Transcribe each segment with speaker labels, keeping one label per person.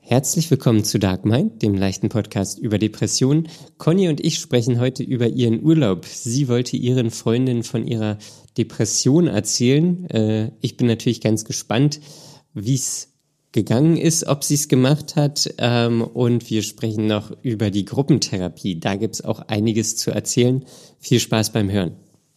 Speaker 1: Herzlich willkommen zu Dark Mind, dem leichten Podcast über Depressionen. Conny und ich sprechen heute über ihren Urlaub. Sie wollte ihren Freundinnen von ihrer Depression erzählen. Ich bin natürlich ganz gespannt, wie es gegangen ist, ob sie es gemacht hat. Und wir sprechen noch über die Gruppentherapie. Da gibt es auch einiges zu erzählen. Viel Spaß beim Hören.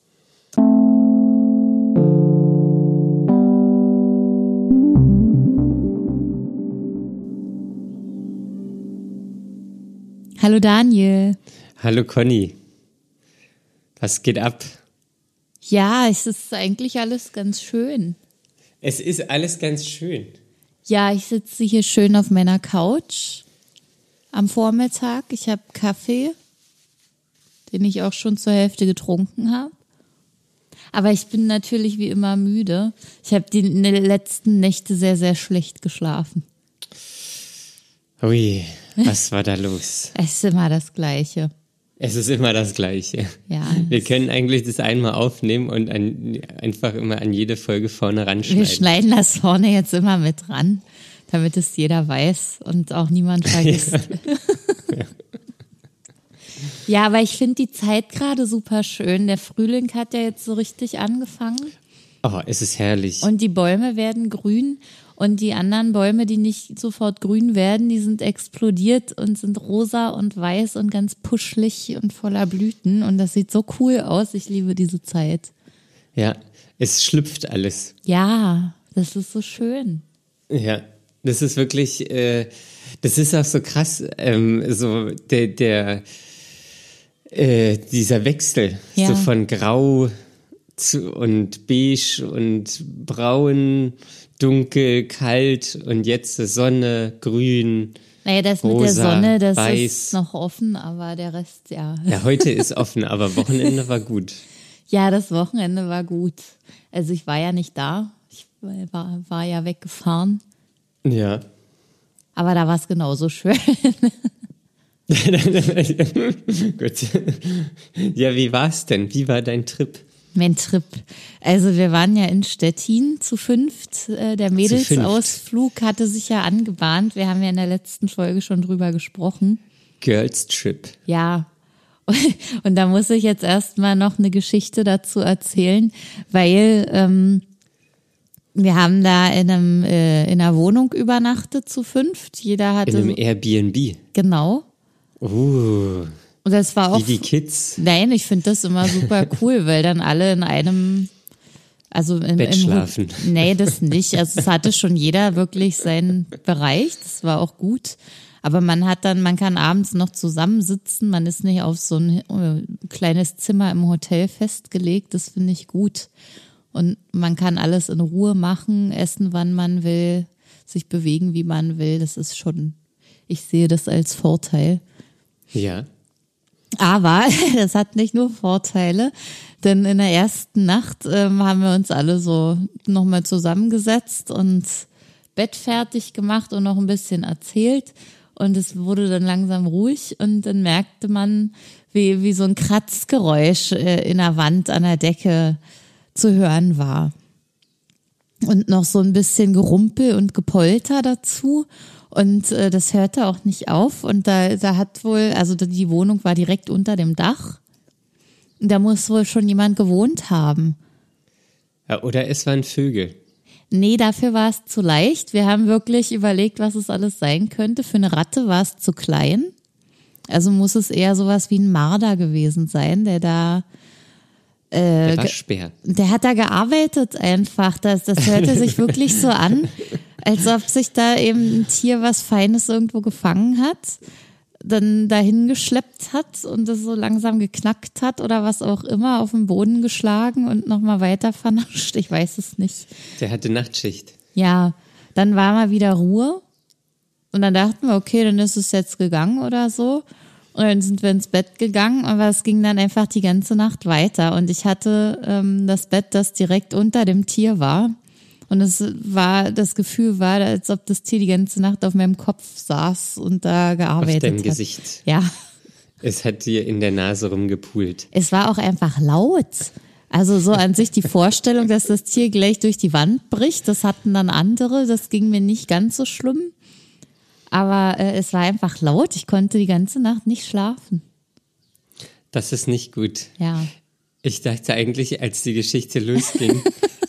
Speaker 2: Hallo Daniel.
Speaker 1: Hallo Conny. Was geht ab?
Speaker 2: Ja, es ist eigentlich alles ganz schön.
Speaker 1: Es ist alles ganz schön.
Speaker 2: Ja, ich sitze hier schön auf meiner Couch am Vormittag. Ich habe Kaffee, den ich auch schon zur Hälfte getrunken habe. Aber ich bin natürlich wie immer müde. Ich habe die letzten Nächte sehr, sehr schlecht geschlafen.
Speaker 1: Ui, was war da los?
Speaker 2: Es ist immer das Gleiche.
Speaker 1: Es ist immer das Gleiche.
Speaker 2: Ja.
Speaker 1: Wir können eigentlich das einmal aufnehmen und einfach immer an jede Folge vorne ranschneiden.
Speaker 2: Wir schneiden das vorne jetzt immer mit ran, damit es jeder weiß und auch niemand vergisst.
Speaker 1: Ja.
Speaker 2: Ja, aber ich finde die Zeit gerade super schön. Der Frühling hat ja jetzt so richtig angefangen.
Speaker 1: Oh, es ist herrlich.
Speaker 2: Und die Bäume werden grün. Und die anderen Bäume, die nicht sofort grün werden, die sind explodiert und sind rosa und weiß und ganz puschelig und voller Blüten. Und das sieht so cool aus. Ich liebe diese Zeit.
Speaker 1: Ja, es schlüpft alles.
Speaker 2: Ja, das ist so schön.
Speaker 1: Ja, das ist wirklich, das ist auch so krass, so dieser Wechsel,
Speaker 2: Ja.
Speaker 1: so von Grau und Beige und Braun, dunkel, kalt und jetzt Sonne, grün,
Speaker 2: Naja, das
Speaker 1: rosa,
Speaker 2: mit der Sonne, das
Speaker 1: weiß.
Speaker 2: ist noch offen, aber der Rest, ja.
Speaker 1: Ja, heute ist offen, aber Wochenende war gut.
Speaker 2: Ja, das Wochenende war gut. Also ich war ja nicht da. Ich war ja weggefahren.
Speaker 1: Ja.
Speaker 2: Aber da war es genauso schön.
Speaker 1: Gut. Ja, wie war's denn? Wie war dein Trip?
Speaker 2: Mein Trip. Also wir waren ja in Stettin zu fünft. Der Mädelsausflug hatte sich ja angebahnt. Wir haben ja in der letzten Folge schon drüber gesprochen.
Speaker 1: Girls Trip.
Speaker 2: Ja. Und da muss ich jetzt erstmal noch eine Geschichte dazu erzählen, weil wir haben da in einer Wohnung übernachtet zu fünft. Jeder hatte
Speaker 1: In einem Airbnb.
Speaker 2: genau. Und das war auch
Speaker 1: Wie die Kids.
Speaker 2: Nein, ich finde das immer super cool, weil dann alle in einem, also
Speaker 1: Bett schlafen.
Speaker 2: Nee, das nicht. Also es hatte schon jeder wirklich seinen Bereich. Das war auch gut. Aber man kann abends noch zusammensitzen. Man ist nicht auf so ein kleines Zimmer im Hotel festgelegt. Das finde ich gut. Und man kann alles in Ruhe machen, essen, wann man will, sich bewegen, wie man will. Das ist schon, ich sehe das als Vorteil.
Speaker 1: Ja.
Speaker 2: Aber das hat nicht nur Vorteile, denn in der ersten Nacht haben wir uns alle so nochmal zusammengesetzt und Bett fertig gemacht und noch ein bisschen erzählt. Und es wurde dann langsam ruhig und dann merkte man, wie so ein Kratzgeräusch in der Wand an der Decke zu hören war. Und noch so ein bisschen Gerumpel und Gepolter dazu. Und das hörte auch nicht auf. Und da hat wohl, also die Wohnung war direkt unter dem Dach. Und da muss wohl schon jemand gewohnt haben.
Speaker 1: Ja, oder es waren Vögel.
Speaker 2: Nee, dafür war es zu leicht. Wir haben wirklich überlegt, was es alles sein könnte. Für eine Ratte war es zu klein. Also muss es eher sowas wie ein Marder gewesen sein, der da
Speaker 1: Der Waschbär.
Speaker 2: Der hat da gearbeitet einfach. Das hörte sich wirklich so an, als ob sich da eben ein Tier was Feines irgendwo gefangen hat, dann dahin geschleppt hat und es so langsam geknackt hat oder was auch immer, auf den Boden geschlagen und nochmal weiter vernascht. Ich weiß es nicht.
Speaker 1: Der hatte Nachtschicht.
Speaker 2: Ja, dann war mal wieder Ruhe und dann dachten wir, okay, dann ist es jetzt gegangen oder so. Und dann sind wir ins Bett gegangen, aber es ging dann einfach die ganze Nacht weiter. Und ich hatte das Bett, das direkt unter dem Tier war. Und das Gefühl war, als ob das Tier die ganze Nacht auf meinem Kopf saß und da gearbeitet hat.
Speaker 1: Auf deinem Gesicht.
Speaker 2: Ja.
Speaker 1: Es hat dir in der Nase rumgepult.
Speaker 2: Es war auch einfach laut. Also so an sich die Vorstellung, dass das Tier gleich durch die Wand bricht, das hatten dann andere, das ging mir nicht ganz so schlimm. Aber es war einfach laut. Ich konnte die ganze Nacht nicht schlafen.
Speaker 1: Das ist nicht gut.
Speaker 2: Ja.
Speaker 1: Ich dachte eigentlich, als die Geschichte losging,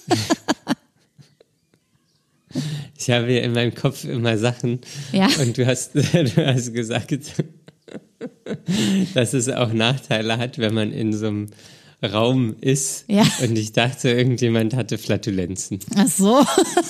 Speaker 1: ich habe ja in meinem Kopf immer Sachen
Speaker 2: Ja.
Speaker 1: und du hast gesagt, dass es auch Nachteile hat, wenn man in so einem Raum ist.
Speaker 2: Ja.
Speaker 1: Und ich dachte, irgendjemand hatte Flatulenzen.
Speaker 2: Ach so.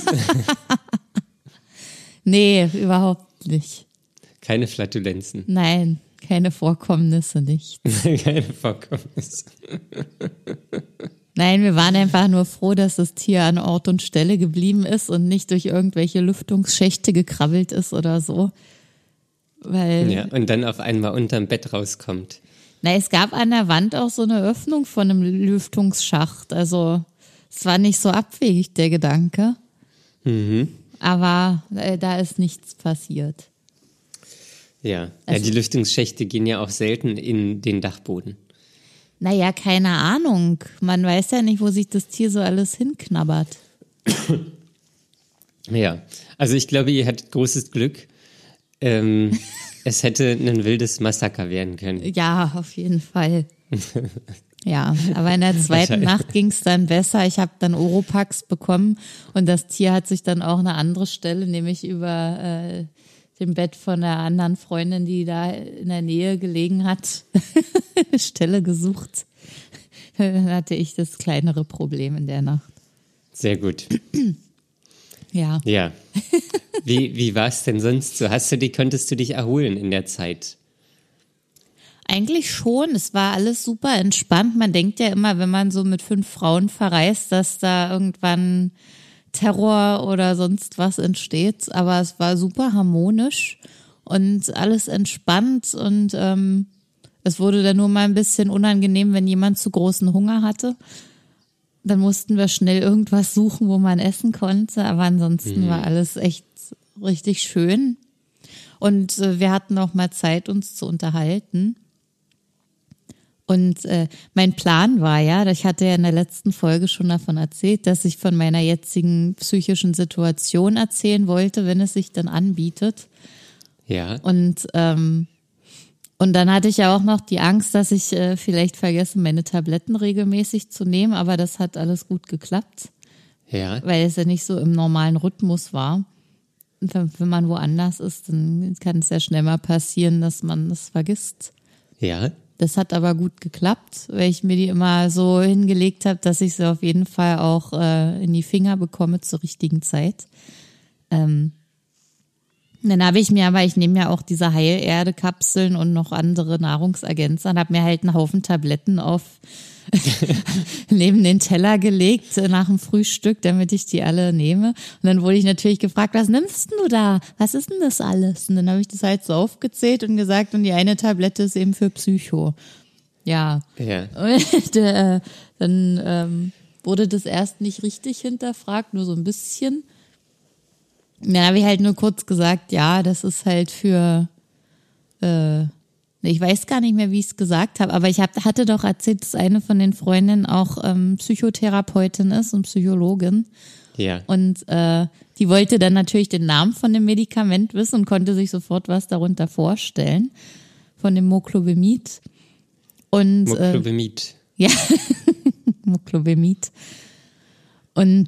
Speaker 2: Nee, überhaupt nicht.
Speaker 1: Keine Flatulenzen.
Speaker 2: Nein, keine Vorkommnisse, nichts.
Speaker 1: Keine Vorkommnisse.
Speaker 2: Nein, wir waren einfach nur froh, dass das Tier an Ort und Stelle geblieben ist und nicht durch irgendwelche Lüftungsschächte gekrabbelt ist oder so. Weil,
Speaker 1: Ja, und dann auf einmal unterm Bett rauskommt.
Speaker 2: na, es gab an der Wand auch so eine Öffnung von einem Lüftungsschacht. Also es war nicht so abwegig, der Gedanke. Aber da ist nichts passiert.
Speaker 1: Ja.
Speaker 2: Also-
Speaker 1: Die Lüftungsschächte gehen ja auch selten in den Dachboden.
Speaker 2: Naja, keine Ahnung. Man weiß ja nicht, wo sich das Tier so alles hinknabbert.
Speaker 1: Ja, also ich glaube, ihr hattet großes Glück. Es hätte ein wildes Massaker werden können.
Speaker 2: Ja, auf jeden Fall. Ja, aber in der zweiten Nacht ging es dann besser. Ich habe dann Oropax bekommen und das Tier hat sich dann auch eine andere Stelle, nämlich über dem Bett von der anderen Freundin, die da in der Nähe gelegen hat, eine Stelle gesucht. Dann hatte ich das kleinere Problem in der Nacht.
Speaker 1: Sehr gut.
Speaker 2: Ja.
Speaker 1: Ja. Wie war es denn sonst so? Konntest du dich erholen in der Zeit?
Speaker 2: Eigentlich schon. Es war alles super entspannt. Man denkt ja immer, wenn man so mit 5 Frauen verreist, dass da irgendwann Terror oder sonst was entsteht. Aber es war super harmonisch und alles entspannt und es wurde dann nur mal ein bisschen unangenehm, wenn jemand zu großen Hunger hatte. Dann mussten wir schnell irgendwas suchen, wo man essen konnte. Aber ansonsten war alles echt richtig schön. Und wir hatten auch mal Zeit, uns zu unterhalten. Und mein Plan war ja, ich hatte ja in der letzten Folge schon davon erzählt, dass ich von meiner jetzigen psychischen Situation erzählen wollte, wenn es sich dann anbietet.
Speaker 1: Ja.
Speaker 2: Und dann hatte ich ja auch noch die Angst, dass ich vielleicht vergesse, meine Tabletten regelmäßig zu nehmen, aber das hat alles gut geklappt,
Speaker 1: Ja.
Speaker 2: weil es ja nicht so im normalen Rhythmus war. Und wenn man woanders ist, dann kann es ja schnell mal passieren, dass man das vergisst.
Speaker 1: Ja.
Speaker 2: Das hat aber gut geklappt, weil ich mir die immer so hingelegt habe, dass ich sie auf jeden Fall auch in die Finger bekomme zur richtigen Zeit. Dann habe ich mir aber, ich nehme ja auch diese Heilerde-Kapseln und noch andere Nahrungsergänzer und habe mir halt einen Haufen Tabletten auf neben den Teller gelegt nach dem Frühstück, damit ich die alle nehme. Und dann wurde ich natürlich gefragt, was nimmst denn du da? Was ist denn das alles? Und dann habe ich das halt so aufgezählt und gesagt, und die eine Tablette ist eben für Psycho. Ja.
Speaker 1: Ja.
Speaker 2: Und dann wurde das erst nicht richtig hinterfragt, nur so ein bisschen. Dann habe ich halt nur kurz gesagt, ja, das ist halt für, ich weiß gar nicht mehr, wie ich es gesagt habe, aber ich hatte doch erzählt, dass eine von den Freundinnen auch Psychotherapeutin ist und Psychologin.
Speaker 1: Ja.
Speaker 2: Und die wollte dann natürlich den Namen von dem Medikament wissen und konnte sich sofort was darunter vorstellen, von dem Moclobemid. Und
Speaker 1: Moclobemid.
Speaker 2: ja, Moclobemid. Und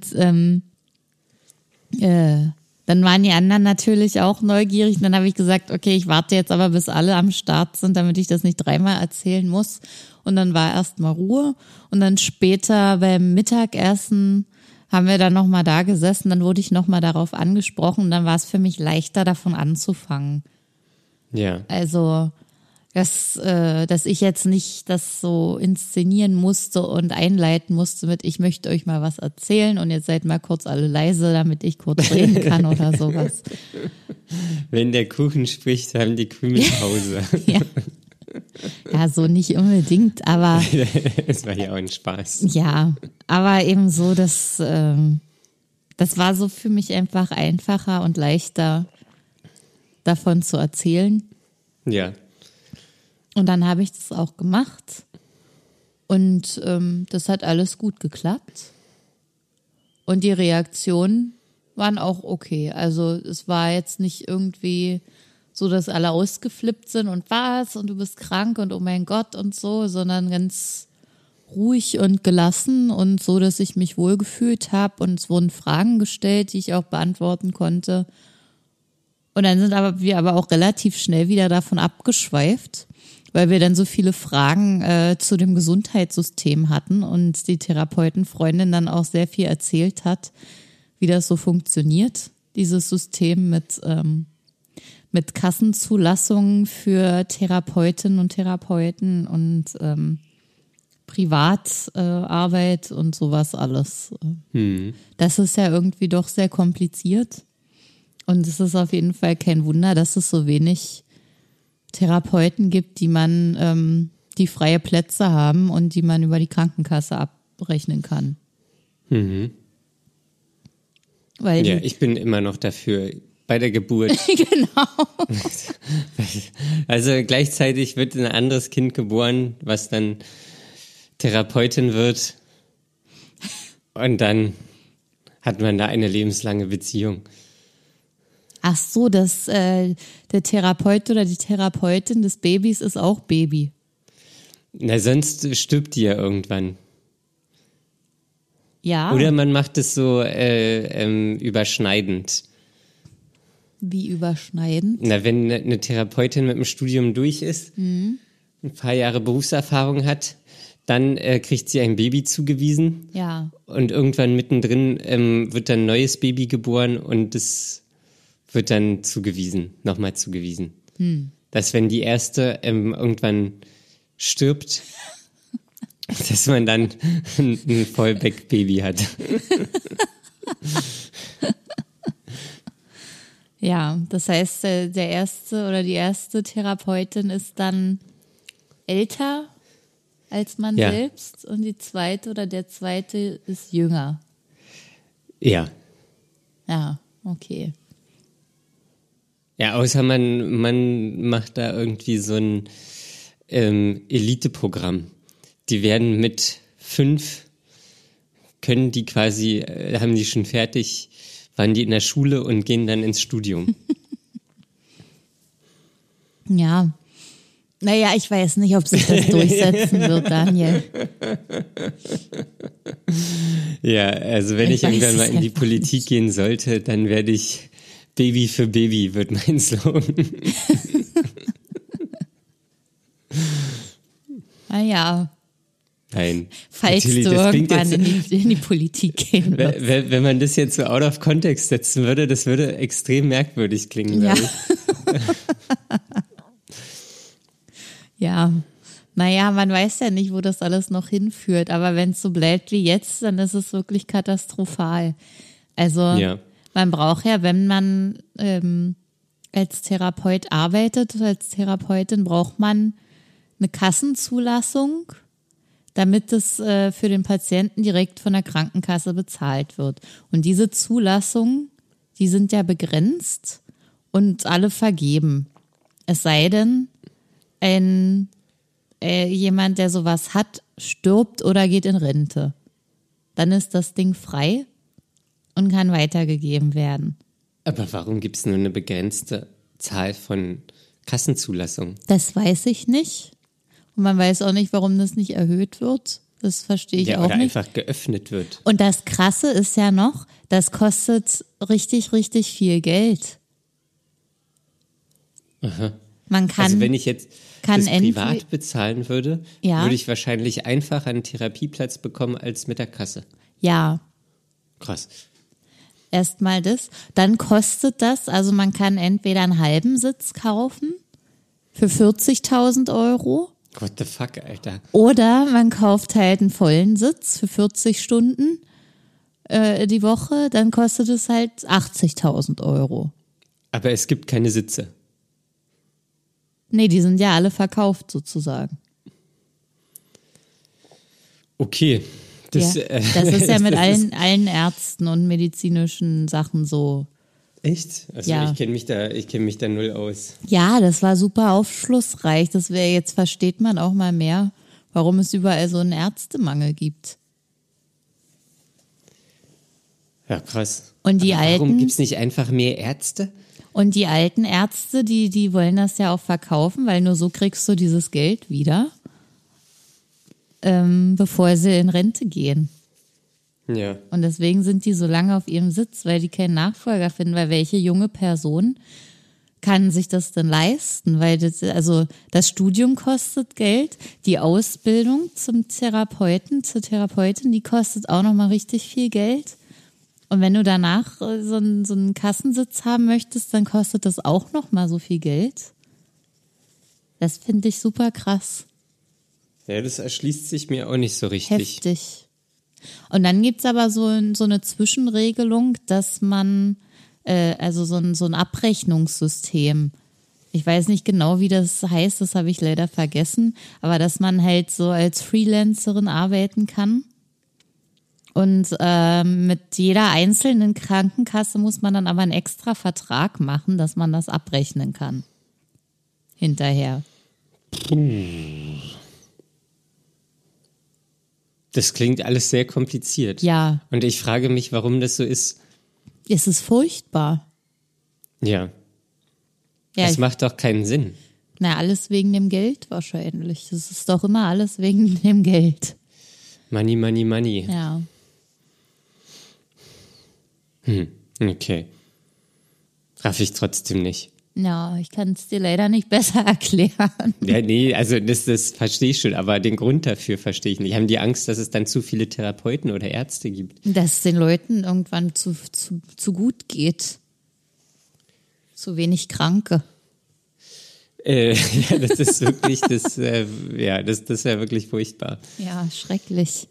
Speaker 2: dann waren die anderen natürlich auch neugierig. Und dann habe ich gesagt, okay, ich warte jetzt aber, bis alle am Start sind, damit ich das nicht 3-mal erzählen muss. Und dann war erstmal Ruhe. Und dann später beim Mittagessen haben wir dann nochmal da gesessen. Dann wurde ich nochmal darauf angesprochen. Und dann war es für mich leichter, davon anzufangen.
Speaker 1: Ja.
Speaker 2: Also, dass ich jetzt nicht das so inszenieren musste und einleiten musste mit, ich möchte euch mal was erzählen und jetzt seid mal kurz alle leise, damit ich kurz reden kann oder sowas.
Speaker 1: Wenn der Kuchen spricht, haben die Krümel Pause.
Speaker 2: Ja. Ja, so nicht unbedingt, aber
Speaker 1: Es war ja auch ein Spaß.
Speaker 2: ja, aber eben so, das war so für mich einfach einfacher und leichter, davon zu erzählen.
Speaker 1: Ja.
Speaker 2: Und dann habe ich das auch gemacht und das hat alles gut geklappt. Und die Reaktionen waren auch okay. Also es war jetzt nicht irgendwie so, dass alle ausgeflippt sind und was und du bist krank und oh mein Gott und so, sondern ganz ruhig und gelassen und so, dass ich mich wohlgefühlt habe und es wurden Fragen gestellt, die ich auch beantworten konnte. Und dann sind wir aber auch relativ schnell wieder davon abgeschweift, weil wir dann so viele Fragen zu dem Gesundheitssystem hatten und die Therapeutenfreundin dann auch sehr viel erzählt hat, wie das so funktioniert, dieses System mit Kassenzulassungen für Therapeutinnen und Therapeuten und Privatarbeit und sowas alles. Das ist ja irgendwie doch sehr kompliziert. Und es ist auf jeden Fall kein Wunder, dass es so wenig Therapeuten gibt, die freie Plätze haben und die man über die Krankenkasse abrechnen kann. Weil
Speaker 1: ja, ich bin immer noch dafür, bei der Geburt.
Speaker 2: Genau.
Speaker 1: Also gleichzeitig wird ein anderes Kind geboren, was dann Therapeutin wird. Und dann hat man da eine lebenslange Beziehung.
Speaker 2: Ach so, der Therapeut oder die Therapeutin des Babys ist auch Baby.
Speaker 1: Na, sonst stirbt die ja irgendwann.
Speaker 2: Ja.
Speaker 1: Oder man macht es so überschneidend.
Speaker 2: Wie überschneidend?
Speaker 1: Na, wenn eine Therapeutin mit dem Studium durch ist, ein paar Jahre Berufserfahrung hat, dann kriegt sie ein Baby zugewiesen.
Speaker 2: Ja.
Speaker 1: Und irgendwann mittendrin wird dann ein neues Baby geboren und das wird dann nochmal zugewiesen. Dass wenn die erste irgendwann stirbt, dass man dann ein Vollback-Baby hat.
Speaker 2: Ja, das heißt, der erste oder die erste Therapeutin ist dann älter als man selbst und die zweite oder der zweite ist jünger.
Speaker 1: Ja.
Speaker 2: Ja, okay.
Speaker 1: Ja, außer man macht da irgendwie so ein Elite-Programm. Die werden mit 5, haben die schon fertig, waren die in der Schule und gehen dann ins Studium.
Speaker 2: Ja. Naja, ich weiß nicht, ob sich das durchsetzen wird, Daniel.
Speaker 1: Ja, also wenn ich irgendwann mal in die Politik gehen sollte, dann werde ich Baby für Baby, wird mein Slogan.
Speaker 2: Ja.
Speaker 1: Nein.
Speaker 2: Falls du irgendwann in die Politik gehen wirst.
Speaker 1: Wenn man das jetzt so out of context setzen würde, das würde extrem merkwürdig klingen.
Speaker 2: Ja. Ja. Naja, man weiß ja nicht, wo das alles noch hinführt. Aber wenn es so bleibt wie jetzt, dann ist es wirklich katastrophal. Also man braucht ja, wenn man als Therapeut arbeitet, als Therapeutin, braucht man eine Kassenzulassung, damit es für den Patienten direkt von der Krankenkasse bezahlt wird. Und diese Zulassungen, die sind ja begrenzt und alle vergeben. Es sei denn, jemand, der sowas hat, stirbt oder geht in Rente. Dann ist das Ding frei und kann weitergegeben werden.
Speaker 1: Aber warum gibt es nur eine begrenzte Zahl von Kassenzulassungen?
Speaker 2: Das weiß ich nicht. Und man weiß auch nicht, warum das nicht erhöht wird. Das verstehe ich auch
Speaker 1: oder
Speaker 2: nicht.
Speaker 1: Einfach geöffnet wird.
Speaker 2: Und das Krasse ist ja noch, das kostet richtig, richtig viel Geld.
Speaker 1: Aha.
Speaker 2: Man kann,
Speaker 1: also wenn ich jetzt das privat bezahlen würde, würde ich wahrscheinlich einfach einen Therapieplatz bekommen als mit der Kasse.
Speaker 2: Ja.
Speaker 1: Krass.
Speaker 2: Erstmal das. Dann kostet das, also man kann entweder einen halben Sitz kaufen für 40.000 €.
Speaker 1: What the fuck, Alter.
Speaker 2: Oder man kauft halt einen vollen Sitz für 40 Stunden die Woche, dann kostet es halt 80.000 €.
Speaker 1: Aber es gibt keine Sitze.
Speaker 2: Nee, die sind ja alle verkauft sozusagen.
Speaker 1: Okay.
Speaker 2: Das ist ja mit allen Ärzten und medizinischen Sachen so.
Speaker 1: Echt? Also ich kenne mich da null aus.
Speaker 2: Ja, das war super aufschlussreich. Jetzt versteht man auch mal mehr, warum es überall so einen Ärztemangel gibt.
Speaker 1: Ja, krass.
Speaker 2: Und die
Speaker 1: Aber warum
Speaker 2: Alten-
Speaker 1: gibt es nicht einfach mehr Ärzte?
Speaker 2: Und die alten Ärzte, die wollen das ja auch verkaufen, weil nur so kriegst du dieses Geld wieder, bevor sie in Rente gehen.
Speaker 1: Ja.
Speaker 2: Und deswegen sind die so lange auf ihrem Sitz, weil die keinen Nachfolger finden, weil welche junge Person kann sich das denn leisten? Weil das Studium kostet Geld, die Ausbildung zum Therapeuten, zur Therapeutin, die kostet auch nochmal richtig viel Geld. Und wenn du danach so einen Kassensitz haben möchtest, dann kostet das auch nochmal so viel Geld. Das finde ich super krass.
Speaker 1: Ja, das erschließt sich mir auch nicht so richtig.
Speaker 2: Heftig. Und dann gibt's aber so eine Zwischenregelung, dass man, also so ein Abrechnungssystem, ich weiß nicht genau, wie das heißt, das habe ich leider vergessen, aber dass man halt so als Freelancerin arbeiten kann. Und mit jeder einzelnen Krankenkasse muss man dann aber einen extra Vertrag machen, dass man das abrechnen kann. Hinterher.
Speaker 1: Das klingt alles sehr kompliziert.
Speaker 2: Ja.
Speaker 1: Und ich frage mich, warum das so ist.
Speaker 2: Es ist furchtbar.
Speaker 1: Ja.
Speaker 2: Ja,
Speaker 1: Das macht doch keinen Sinn.
Speaker 2: alles wegen dem Geld wahrscheinlich. Es ist doch immer alles wegen dem Geld.
Speaker 1: Money, money, money.
Speaker 2: Ja.
Speaker 1: Okay. Raff ich trotzdem nicht.
Speaker 2: Ja, ich kann es dir leider nicht besser erklären.
Speaker 1: Ja, nee, also das verstehe ich schon, aber den Grund dafür verstehe ich nicht. Haben die Angst, dass es dann zu viele Therapeuten oder Ärzte gibt?
Speaker 2: Dass es den Leuten irgendwann zu gut geht. Zu wenig Kranke.
Speaker 1: Ja, das ist wirklich, das wäre wirklich furchtbar.
Speaker 2: Ja, schrecklich.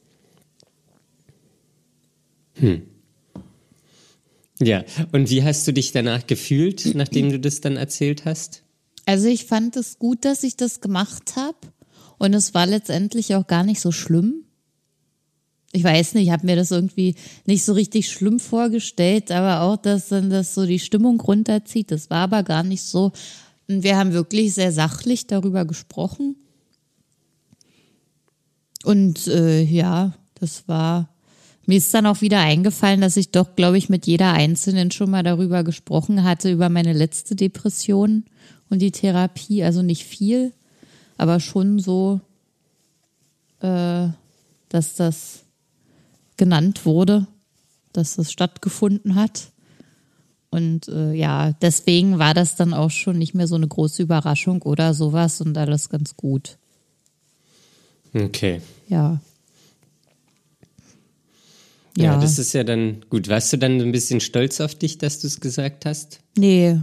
Speaker 1: Ja, und wie hast du dich danach gefühlt, nachdem du das dann erzählt hast?
Speaker 2: Also ich fand es gut, dass ich das gemacht habe. Und es war letztendlich auch gar nicht so schlimm. Ich weiß nicht, ich habe mir das irgendwie nicht so richtig schlimm vorgestellt, aber auch, dass dann das so die Stimmung runterzieht. Das war aber gar nicht so. Und wir haben wirklich sehr sachlich darüber gesprochen. Und das war... Mir ist dann auch wieder eingefallen, dass ich doch, glaube ich, mit jeder Einzelnen schon mal darüber gesprochen hatte, über meine letzte Depression und die Therapie. Also nicht viel, aber schon so, dass das genannt wurde, dass das stattgefunden hat. Und deswegen war das dann auch schon nicht mehr so eine große Überraschung oder sowas und alles ganz gut.
Speaker 1: Okay.
Speaker 2: Ja.
Speaker 1: Ja, das ist ja dann gut. Warst du dann ein bisschen stolz auf dich, dass du es gesagt hast?
Speaker 2: Nee.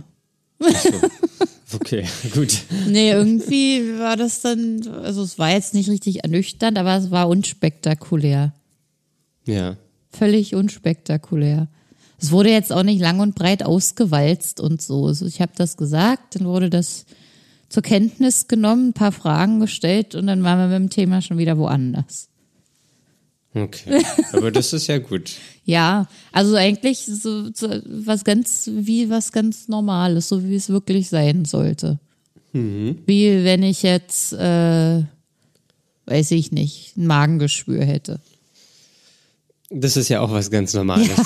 Speaker 1: Okay, gut.
Speaker 2: Nee, irgendwie war das dann, also es war jetzt nicht richtig ernüchternd, aber es war unspektakulär.
Speaker 1: Ja.
Speaker 2: Völlig unspektakulär. Es wurde jetzt auch nicht lang und breit ausgewalzt und so. Also ich habe das gesagt, dann wurde das zur Kenntnis genommen, ein paar Fragen gestellt und dann waren wir mit dem Thema schon wieder woanders.
Speaker 1: Okay, aber das ist ja gut.
Speaker 2: Ja, also eigentlich so was ganz Normales, so wie es wirklich sein sollte. Wie wenn ich jetzt, weiß ich nicht, ein Magengeschwür hätte.
Speaker 1: Das ist ja auch was ganz Normales.
Speaker 2: Ja.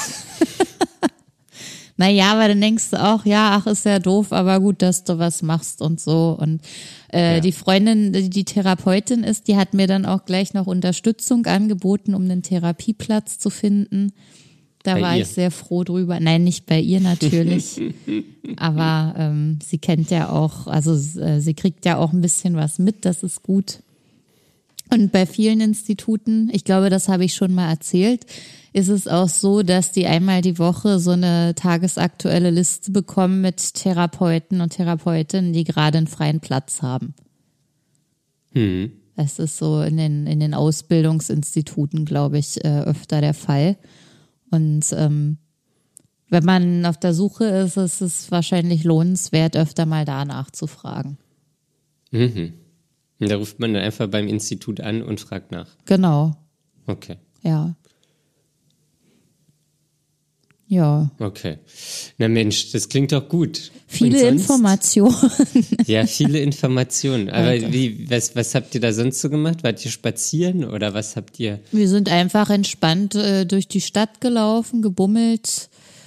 Speaker 2: Naja, aber dann denkst du auch, ja, ach, ist ja doof, aber gut, dass du was machst und so. Und die Freundin, die Therapeutin ist, die hat mir dann auch gleich noch Unterstützung angeboten, um einen Therapieplatz zu finden. Da war ich sehr froh drüber. Nein, nicht bei ihr natürlich. Aber sie kennt ja auch, also sie kriegt ja auch ein bisschen was mit, das ist gut. Und bei vielen Instituten, ich glaube, das habe ich schon mal erzählt, ist es auch so, dass die einmal die Woche so eine tagesaktuelle Liste bekommen mit Therapeuten und Therapeutinnen, die gerade einen freien Platz haben. Das ist so in den Ausbildungsinstituten, glaube ich, öfter der Fall. Und wenn man auf der Suche ist, ist es wahrscheinlich lohnenswert, öfter mal danach zu fragen.
Speaker 1: Und da ruft man dann einfach beim Institut an und fragt nach.
Speaker 2: Genau.
Speaker 1: Okay.
Speaker 2: Ja. Ja.
Speaker 1: Okay. Na Mensch, das klingt doch gut.
Speaker 2: Viele
Speaker 1: Und sonst?
Speaker 2: Informationen.
Speaker 1: Ja, viele Informationen. Aber
Speaker 2: Alter.
Speaker 1: was habt ihr da sonst so gemacht? Wart ihr spazieren oder was habt ihr?
Speaker 2: Wir sind einfach entspannt durch die Stadt gelaufen, gebummelt,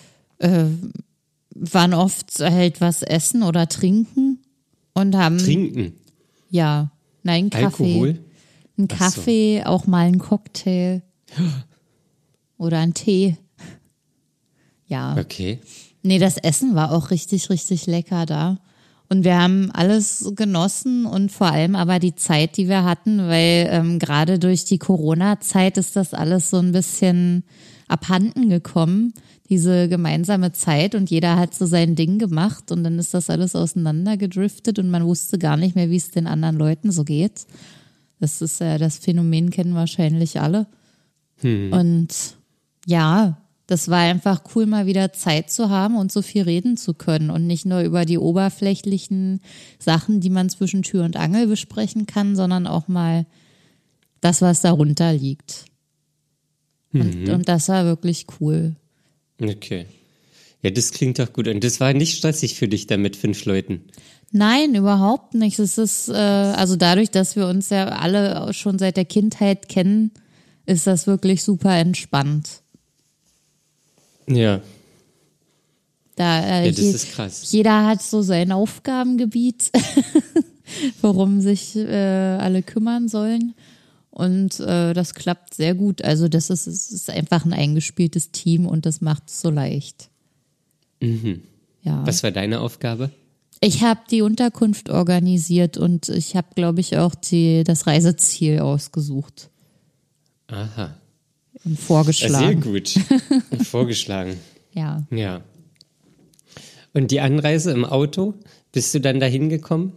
Speaker 2: waren oft halt was essen oder trinken und haben...
Speaker 1: Trinken?
Speaker 2: Ja, nein, Kaffee.
Speaker 1: Alkohol?
Speaker 2: Ein Kaffee, auch mal ein Cocktail. Oder ein Tee. Ja.
Speaker 1: Okay.
Speaker 2: Nee, das Essen war auch richtig, richtig lecker da. Und wir haben alles genossen und vor allem aber die Zeit, die wir hatten, weil gerade durch die Corona-Zeit ist das alles so ein bisschen abhanden gekommen, diese gemeinsame Zeit, und jeder hat so sein Ding gemacht und dann ist das alles auseinandergedriftet und man wusste gar nicht mehr, wie es den anderen Leuten so geht. Das ist das Phänomen, kennen wahrscheinlich alle. Und ja, das war einfach cool, mal wieder Zeit zu haben und so viel reden zu können und nicht nur über die oberflächlichen Sachen, die man zwischen Tür und Angel besprechen kann, sondern auch mal das, was darunter liegt. Und das war wirklich cool.
Speaker 1: Okay. Ja, das klingt doch gut. Und das war nicht stressig für dich da mit 5 Leuten?
Speaker 2: Nein, überhaupt nicht. Es ist, also dadurch, dass wir uns ja alle schon seit der Kindheit kennen, ist das wirklich super entspannt.
Speaker 1: Ja.
Speaker 2: Da,
Speaker 1: Ja, das ist krass.
Speaker 2: Jeder hat so sein Aufgabengebiet, worum sich alle kümmern sollen. Und das klappt sehr gut. Also es ist einfach ein eingespieltes Team und das macht es so leicht. Ja.
Speaker 1: Was war deine Aufgabe?
Speaker 2: Ich habe die Unterkunft organisiert und ich habe, glaube ich, auch das Reiseziel ausgesucht
Speaker 1: Aha.
Speaker 2: und vorgeschlagen.
Speaker 1: Sehr gut. Vorgeschlagen.
Speaker 2: Ja.
Speaker 1: Ja. Und die Anreise im Auto, bist du dann dahin gekommen?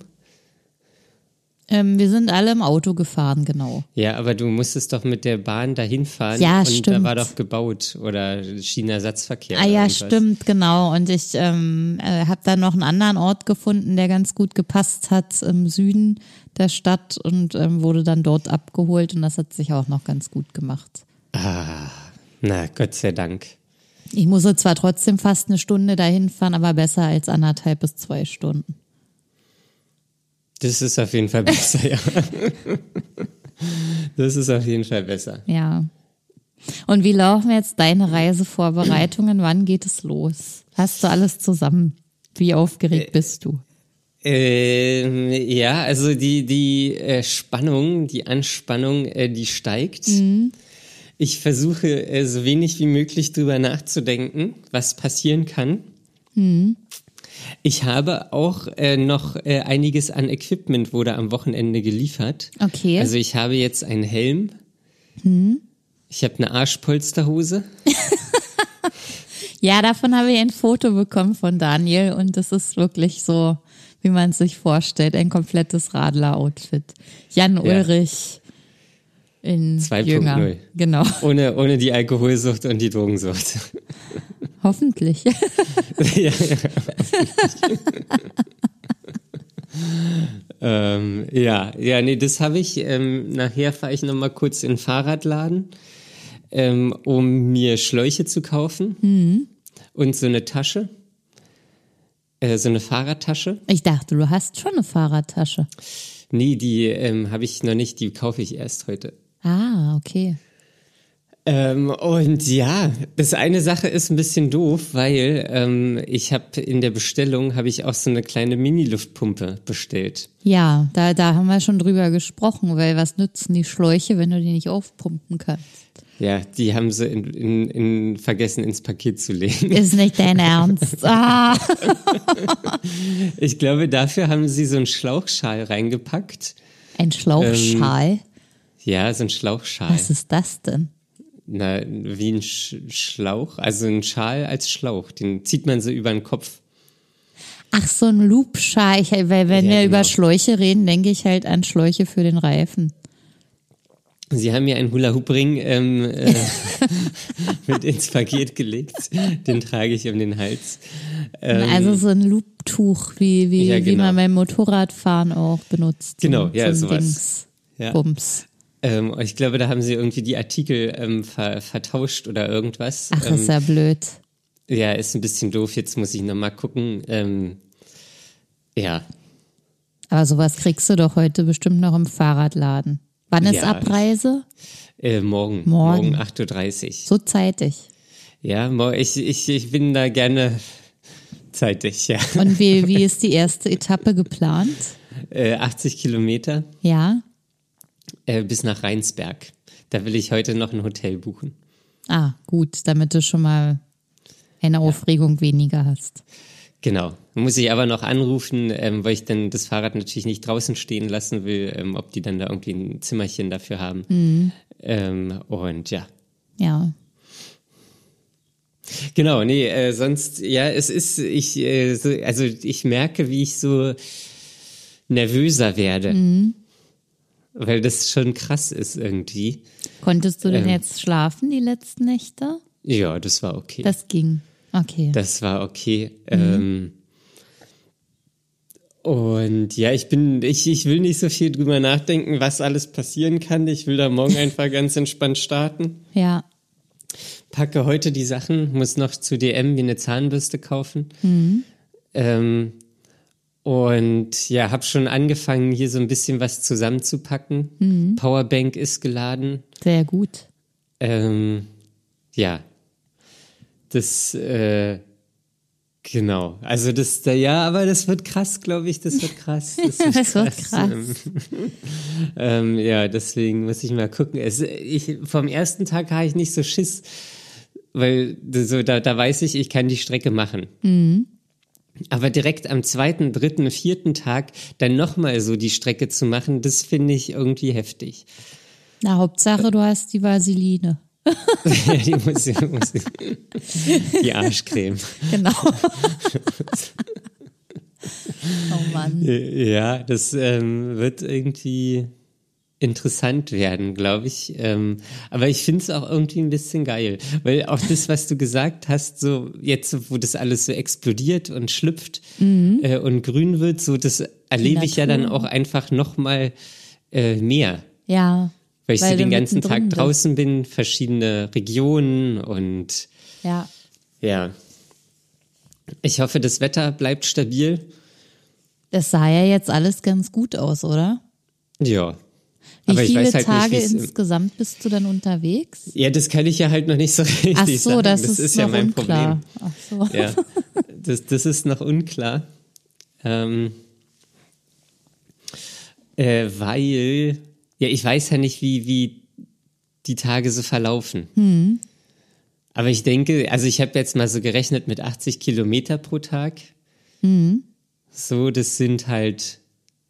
Speaker 2: Wir sind alle im Auto gefahren, genau.
Speaker 1: Ja, aber du musstest doch mit der Bahn dahin fahren.
Speaker 2: Ja,
Speaker 1: und
Speaker 2: stimmt.
Speaker 1: da war doch gebaut oder Schienenersatzverkehr.
Speaker 2: Ah
Speaker 1: oder
Speaker 2: ja,
Speaker 1: irgendwas.
Speaker 2: stimmt, genau. Und ich habe dann noch einen anderen Ort gefunden, der ganz gut gepasst hat im Süden der Stadt und wurde dann dort abgeholt und das hat sich auch noch ganz gut gemacht.
Speaker 1: Ah, na, Gott sei Dank.
Speaker 2: Ich musste zwar trotzdem fast eine Stunde dahin fahren, aber besser als 1,5 bis 2 Stunden.
Speaker 1: Das ist auf jeden Fall besser, ja. Das ist auf jeden Fall besser.
Speaker 2: Ja. Und wie laufen jetzt deine Reisevorbereitungen? Wann geht es los? Hast du alles zusammen? Wie aufgeregt bist du?
Speaker 1: Ja, also die Spannung, die Anspannung, die steigt. Ich versuche so wenig wie möglich drüber nachzudenken, was passieren kann. Ich habe auch noch einiges an Equipment wurde am Wochenende geliefert.
Speaker 2: Okay.
Speaker 1: Also ich habe jetzt einen Helm. Ich habe eine Arschpolsterhose.
Speaker 2: Ja, davon habe ich ein Foto bekommen von Daniel und das ist wirklich so, wie man es sich vorstellt, ein komplettes Radler-Outfit. Jan Ulrich in
Speaker 1: 2.0.
Speaker 2: Jünger. Genau.
Speaker 1: Ohne die Alkoholsucht und die Drogensucht.
Speaker 2: Hoffentlich.
Speaker 1: Ja. Nee, das habe ich. Nachher fahre ich nochmal kurz in den Fahrradladen, um mir Schläuche zu kaufen und so eine Tasche, so eine Fahrradtasche.
Speaker 2: Ich dachte, du hast schon eine Fahrradtasche.
Speaker 1: Nee, die habe ich noch nicht, die kaufe ich erst heute.
Speaker 2: Ah, okay.
Speaker 1: Und ja, das eine Sache ist ein bisschen doof, weil ich habe in der Bestellung habe ich auch so eine kleine Mini-Luftpumpe bestellt.
Speaker 2: Ja, da haben wir schon drüber gesprochen, weil was nützen die Schläuche, wenn du die nicht aufpumpen kannst?
Speaker 1: Ja, die haben sie vergessen ins Paket zu legen.
Speaker 2: Ist nicht dein Ernst. Ah.
Speaker 1: Ich glaube, dafür haben sie so einen Schlauchschal reingepackt.
Speaker 2: Ein Schlauchschal?
Speaker 1: Ja, so ein Schlauchschal.
Speaker 2: Was ist das denn?
Speaker 1: Na, wie ein Schlauch, also ein Schal als Schlauch, den zieht man so über den Kopf.
Speaker 2: Ach, so ein Loopschal. Weil wenn
Speaker 1: Ja,
Speaker 2: wir
Speaker 1: genau.
Speaker 2: über Schläuche reden, denke ich halt an Schläuche für den Reifen.
Speaker 1: Sie haben mir einen Hula-Hoop-Ring mit ins Paket gelegt. Den trage ich um den Hals.
Speaker 2: Also so ein Looptuch, wie
Speaker 1: ja, genau.
Speaker 2: man beim Motorradfahren auch benutzt.
Speaker 1: Genau, ja,
Speaker 2: so ein
Speaker 1: sowas.
Speaker 2: Dings.
Speaker 1: Ja.
Speaker 2: Bums.
Speaker 1: Ich glaube, da haben sie irgendwie die Artikel vertauscht oder irgendwas.
Speaker 2: Ach, ist ja blöd.
Speaker 1: Ja, ist ein bisschen doof. Jetzt muss ich nochmal gucken. Ja.
Speaker 2: Aber sowas kriegst du doch heute bestimmt noch im Fahrradladen. Wann ist
Speaker 1: Ja.
Speaker 2: Abreise?
Speaker 1: Morgen 8:30 Uhr.
Speaker 2: So zeitig.
Speaker 1: Ja, ich bin da gerne zeitig, ja.
Speaker 2: Und wie ist die erste Etappe geplant?
Speaker 1: 80 Kilometer
Speaker 2: Ja.
Speaker 1: bis nach Rheinsberg. Da will ich heute noch ein Hotel buchen.
Speaker 2: Ah, gut, damit du schon mal eine Aufregung weniger hast.
Speaker 1: Genau. Muss ich aber noch anrufen, weil ich dann das Fahrrad natürlich nicht draußen stehen lassen will, ob die dann da irgendwie ein Zimmerchen dafür haben. Und ja.
Speaker 2: Ja.
Speaker 1: Genau, nee, sonst, ja, es ist, ich merke, wie ich so nervöser werde. Weil das schon krass ist irgendwie.
Speaker 2: Konntest du denn jetzt schlafen die letzten Nächte?
Speaker 1: Ja, das war okay.
Speaker 2: Das ging. Okay.
Speaker 1: Das war okay. Und ja, ich will nicht so viel drüber nachdenken, was alles passieren kann. Ich will da morgen einfach ganz entspannt starten.
Speaker 2: Ja.
Speaker 1: Packe heute die Sachen, muss noch zu DM wie eine Zahnbürste kaufen. Und ja, habe schon angefangen, hier so ein bisschen was zusammenzupacken. Powerbank ist geladen.
Speaker 2: Sehr gut.
Speaker 1: Ja, das, genau. Also aber das wird krass, glaube ich. Das wird krass.
Speaker 2: Das wird krass.
Speaker 1: Ja, deswegen muss ich mal gucken. Vom ersten Tag habe ich nicht so Schiss, weil da weiß ich kann die Strecke machen. Aber direkt am 2., 3., 4. Tag dann nochmal so die Strecke zu machen, das finde ich irgendwie heftig.
Speaker 2: Na, Hauptsache, du hast die Vaseline.
Speaker 1: Die muss die Arschcreme.
Speaker 2: Genau. Oh Mann.
Speaker 1: Ja, das wird irgendwie interessant werden, glaube ich. Aber ich finde es auch irgendwie ein bisschen geil. Weil auch das, was du gesagt hast, so jetzt, wo das alles so explodiert und schlüpft und grün wird, so das erlebe ich ja dann auch einfach nochmal mehr.
Speaker 2: Ja.
Speaker 1: Weil ich so den ganzen Tag
Speaker 2: bist.
Speaker 1: draußen bin, verschiedene Regionen und ja. Ich hoffe, das Wetter bleibt stabil.
Speaker 2: Das sah ja jetzt alles ganz gut aus, oder?
Speaker 1: Ja.
Speaker 2: Wie
Speaker 1: aber ich
Speaker 2: viele
Speaker 1: weiß halt
Speaker 2: Tage
Speaker 1: nicht,
Speaker 2: insgesamt bist du dann unterwegs?
Speaker 1: Ja, das kann ich ja halt noch nicht so richtig
Speaker 2: Ach so,
Speaker 1: sagen.
Speaker 2: das ist
Speaker 1: ja
Speaker 2: noch
Speaker 1: mein
Speaker 2: unklar.
Speaker 1: Problem.
Speaker 2: Ach so.
Speaker 1: Ja, das ist noch unklar. Weil, ja, ich weiß ja nicht, wie die Tage so verlaufen. Aber ich denke, also ich habe jetzt mal so gerechnet mit 80 Kilometer pro Tag. So, das sind halt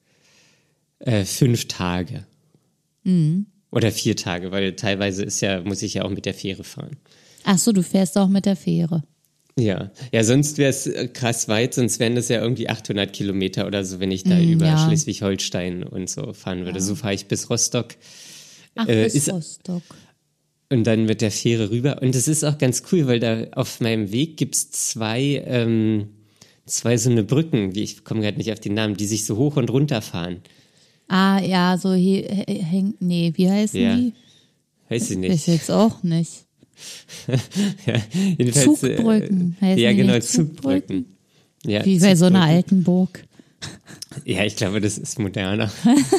Speaker 1: 5 Tage. Oder 4 Tage, weil teilweise muss ich ja auch mit der Fähre fahren.
Speaker 2: Ach so, du fährst auch mit der Fähre.
Speaker 1: Ja, sonst wäre es krass weit, sonst wären das ja irgendwie 800 Kilometer oder so, wenn ich da über Schleswig-Holstein und so fahren würde. So fahre ich bis Rostock.
Speaker 2: Ach, bis Rostock.
Speaker 1: Und dann mit der Fähre rüber. Und das ist auch ganz cool, weil da auf meinem Weg gibt's zwei so eine Brücken, ich komme gerade nicht auf den Namen, die sich so hoch und runter fahren.
Speaker 2: Ah, ja, so wie heißen die?
Speaker 1: Weiß ich nicht.
Speaker 2: Ich jetzt auch nicht.
Speaker 1: Ja, jedenfalls,
Speaker 2: Zugbrücken. Heißen
Speaker 1: ja,
Speaker 2: die
Speaker 1: genau,
Speaker 2: nicht
Speaker 1: Zugbrücken. Ja,
Speaker 2: wie bei so einer alten Burg.
Speaker 1: Ja, ich glaube, das ist moderner.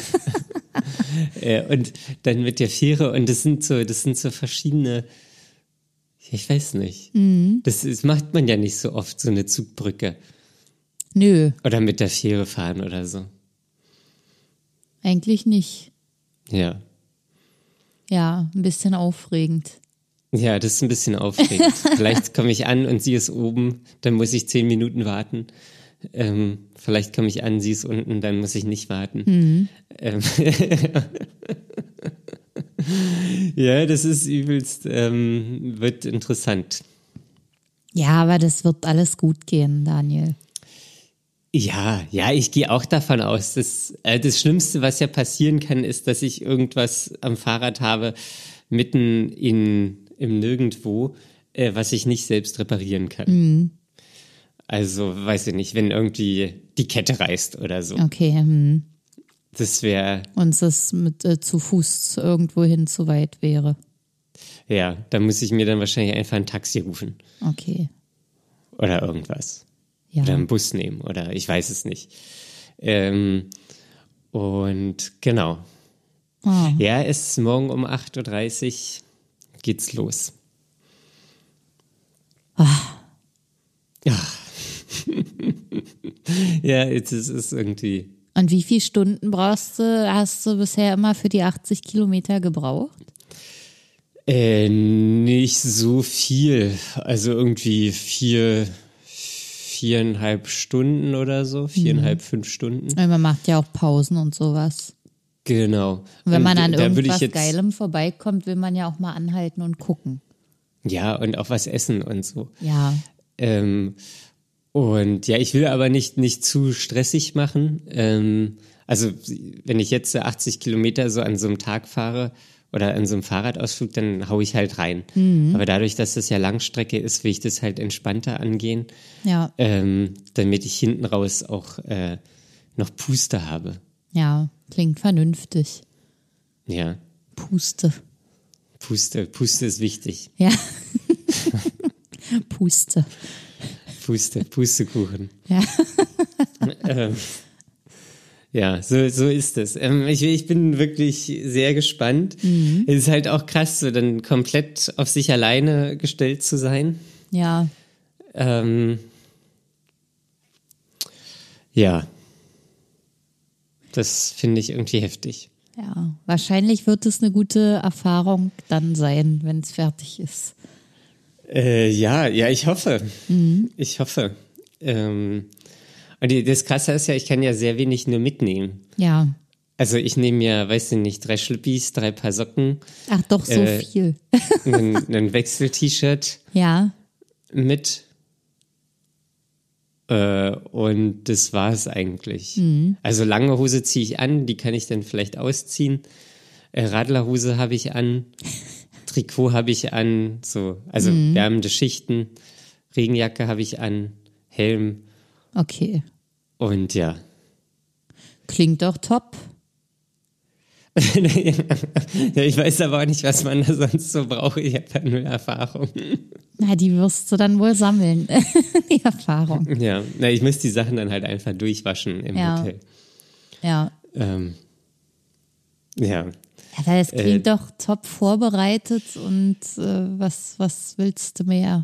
Speaker 1: Und dann mit der Fähre, und das sind so verschiedene, ich weiß nicht. Das macht man ja nicht so oft, so eine Zugbrücke.
Speaker 2: Nö,
Speaker 1: Oder mit der Fähre fahren oder so.
Speaker 2: eigentlich nicht.
Speaker 1: Ja.
Speaker 2: Ja, ein bisschen aufregend.
Speaker 1: Ja, das ist ein bisschen aufregend. Vielleicht komme ich an und sie ist oben, dann muss ich 10 Minuten warten. Vielleicht komme ich an, sie ist unten, dann muss ich nicht warten. Ja, das ist übelst, wird interessant.
Speaker 2: Ja, aber das wird alles gut gehen, Daniel.
Speaker 1: Ja, ich gehe auch davon aus. Das Schlimmste, was ja passieren kann, ist, dass ich irgendwas am Fahrrad habe, mitten im Nirgendwo, was ich nicht selbst reparieren kann. Also, weiß ich nicht, wenn irgendwie die Kette reißt oder so.
Speaker 2: Okay.
Speaker 1: Das wäre...
Speaker 2: Und es mit zu Fuß irgendwo hin zu weit wäre.
Speaker 1: Ja, da muss ich mir dann wahrscheinlich einfach ein Taxi rufen.
Speaker 2: Okay.
Speaker 1: oder irgendwas.
Speaker 2: Ja.
Speaker 1: Oder einen Bus nehmen oder ich weiß es nicht. Und genau.
Speaker 2: Oh.
Speaker 1: Ja, es ist morgen um 8:30 Uhr geht's los. Ja. Ja, jetzt ist es irgendwie.
Speaker 2: Und wie viele Stunden hast du bisher immer für die 80 Kilometer gebraucht?
Speaker 1: Nicht so viel. Also irgendwie 4,5 Stunden oder so. 4,5, 5 Stunden.
Speaker 2: Weil man macht ja auch Pausen und sowas.
Speaker 1: Genau.
Speaker 2: Und wenn man an
Speaker 1: da würde
Speaker 2: irgendwas
Speaker 1: ich jetzt,
Speaker 2: Geilem vorbeikommt, will man ja auch mal anhalten und gucken.
Speaker 1: ja, und auch was essen und so.
Speaker 2: Ja,
Speaker 1: Und ja, ich will aber nicht zu stressig machen. Also wenn ich jetzt 80 Kilometer so an so einem Tag fahre oder an so einem Fahrradausflug, dann hau ich halt rein. Aber dadurch, dass das ja Langstrecke ist, will ich das halt entspannter angehen,
Speaker 2: ja,
Speaker 1: damit ich hinten raus auch noch Puste habe.
Speaker 2: ja, klingt vernünftig.
Speaker 1: Ja,
Speaker 2: Puste.
Speaker 1: Puste ist wichtig.
Speaker 2: Ja. Puste.
Speaker 1: Pustekuchen.
Speaker 2: Ja.
Speaker 1: Ja, so ist es. Ich bin wirklich sehr gespannt. Es ist halt auch krass, so dann komplett auf sich alleine gestellt zu sein.
Speaker 2: Ja.
Speaker 1: Ja, das finde ich irgendwie heftig.
Speaker 2: Ja. Wahrscheinlich wird es eine gute Erfahrung dann sein, wenn es fertig ist.
Speaker 1: Ja, ich hoffe. Ich hoffe. Und das Krasse ist ja, ich kann ja sehr wenig nur mitnehmen.
Speaker 2: Ja.
Speaker 1: Also ich nehme ja, weiß ich nicht, 3 Schlüppis, 3 Paar Socken,
Speaker 2: Ach doch, so viel.
Speaker 1: ein Wechsel-T-Shirt
Speaker 2: Ja.
Speaker 1: mit. Und das war es eigentlich. Also lange Hose ziehe ich an, die kann ich dann vielleicht ausziehen. Radlerhose habe ich an, Trikot habe ich an, so, also wärmende Schichten, Regenjacke habe ich an, Helm
Speaker 2: Okay.
Speaker 1: und ja.
Speaker 2: Klingt doch top.
Speaker 1: Ja, ich weiß aber auch nicht, was man da sonst so braucht. Ich habe ja nur Erfahrung.
Speaker 2: Na, die wirst du dann wohl sammeln. Die Erfahrung.
Speaker 1: Ja, ich muss die Sachen dann halt einfach durchwaschen im
Speaker 2: Ja.
Speaker 1: Hotel.
Speaker 2: Ja.
Speaker 1: Ja.
Speaker 2: Aber das klingt doch top vorbereitet und was willst du mehr?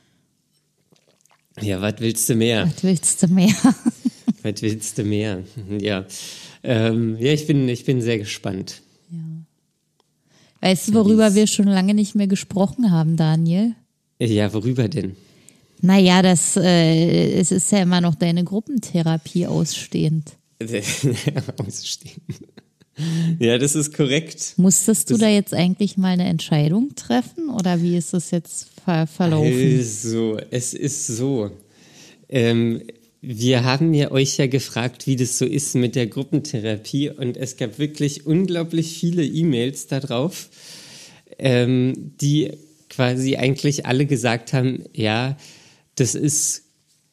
Speaker 1: Ja, was willst du mehr?
Speaker 2: Was willst du mehr?
Speaker 1: Was willst du mehr? Ja. Ja, ich bin sehr gespannt.
Speaker 2: Weißt du, worüber wir schon lange nicht mehr gesprochen haben, Daniel?
Speaker 1: Ja, worüber denn?
Speaker 2: Naja, es ist ja immer noch deine Gruppentherapie ausstehend.
Speaker 1: Ausstehen. Ja, das ist korrekt.
Speaker 2: Musstest du da jetzt eigentlich mal eine Entscheidung treffen oder wie ist das jetzt verlaufen?
Speaker 1: Also, es ist so. Wir haben ja euch ja gefragt, wie das so ist mit der Gruppentherapie und es gab wirklich unglaublich viele E-Mails da drauf, die quasi eigentlich alle gesagt haben, ja, das ist